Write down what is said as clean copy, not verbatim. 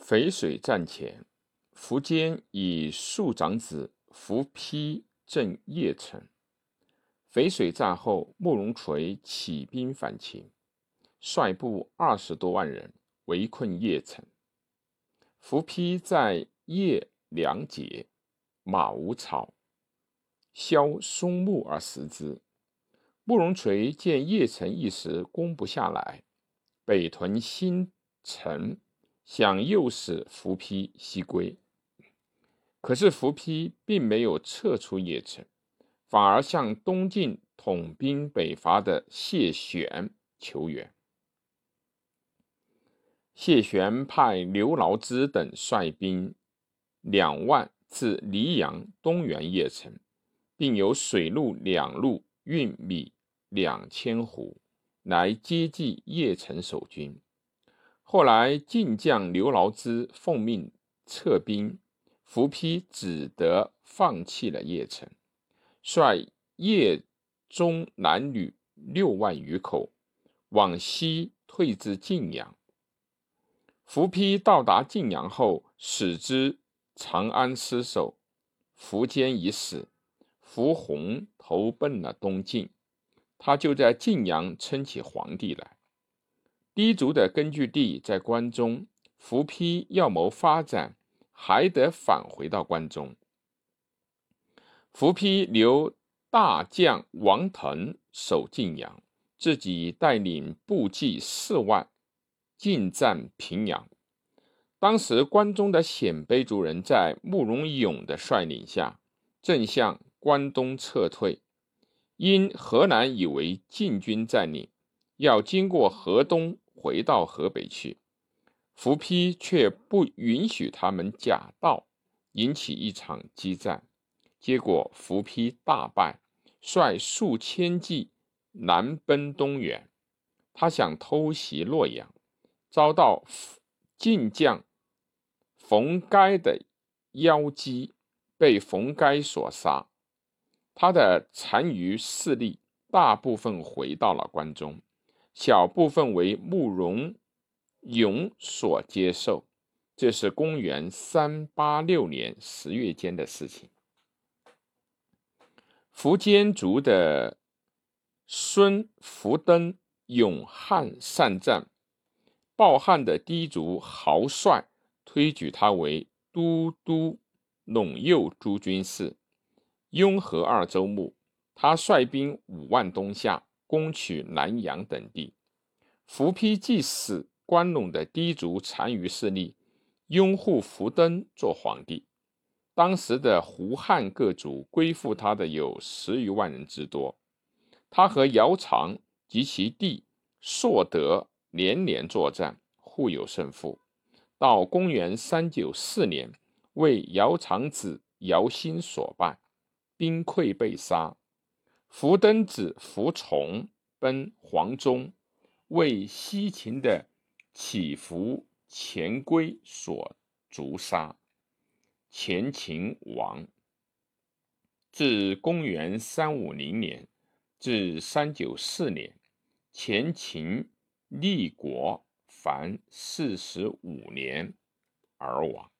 淝水战前，苻坚以庶长子苻丕镇邺城。淝水战后，慕容垂起兵反秦，率部20多万人围困邺城。苻丕在邺粮竭，马无草，削松木而食之。慕容垂见邺城一时攻不下来，北屯新城，想诱使苻丕西归。可是苻丕并没有撤出邺城，反而向东晋统兵北伐的谢玄求援。谢玄派刘牢之等率兵2万自黎阳东援邺城，并由水陆2路运米2000斛来接济邺城守军。后来晋将刘牢之奉命撤兵，苻丕只得放弃了邺城，率邺中男女6万余口往西退至晋阳。苻丕到达晋阳后，使之长安失守，苻坚已死，苻弘投奔了东晋，他就在晋阳称起皇帝来。氐族的根据地在关中，苻丕要谋发展，还得返回到关中。苻丕留大将王腾守晋阳，自己带领部骑4万进占平阳。当时关中的鲜卑族人在慕容永的率领下，正向关东撤退，因河南以为晋军占领，要经过河东回到河北去，苻丕却不允许他们假道，引起一场激战。结果苻丕大败，率数千骑南奔东原。他想偷袭洛阳，遭到晋将冯该的邀击，被冯该所杀。他的残余势力大部分回到了关中，小部分为慕容永所接受。这是公元386年10月间的事情。苻坚族的孙苻登勇悍善战，暴悍的氐族豪帅推举他为都督陇右诸军事，雍和2州牧。他率兵5万东下，攻取南阳等地。苻丕既死，关陇的氐族残余势力拥护苻登做皇帝。当时的胡汉各族归附他的有10余万人之多。他和姚苌及其弟硕德连连作战，互有胜负。到公元394年，为姚苌子姚兴所败，兵溃被杀。苻登子苻崇奔黄忠，为西秦的乞伏钱归所诛杀，前秦亡。自公元350年至394年，前秦立国凡45年而亡。